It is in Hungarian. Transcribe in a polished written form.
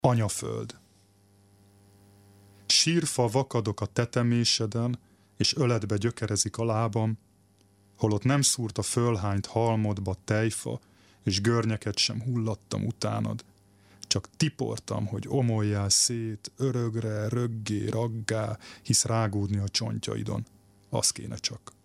Anyaföld. Sírfa vakadok a teteméseden, és öletbe gyökerezik a lábam, holott nem szúrt a fölhányt halmodba tejfa, és görnyeket sem hullattam utánad. Csak tiportam, hogy omoljál szét, örögre, röggé, raggá, hisz rágódni a csontjaidon. Az kéne csak.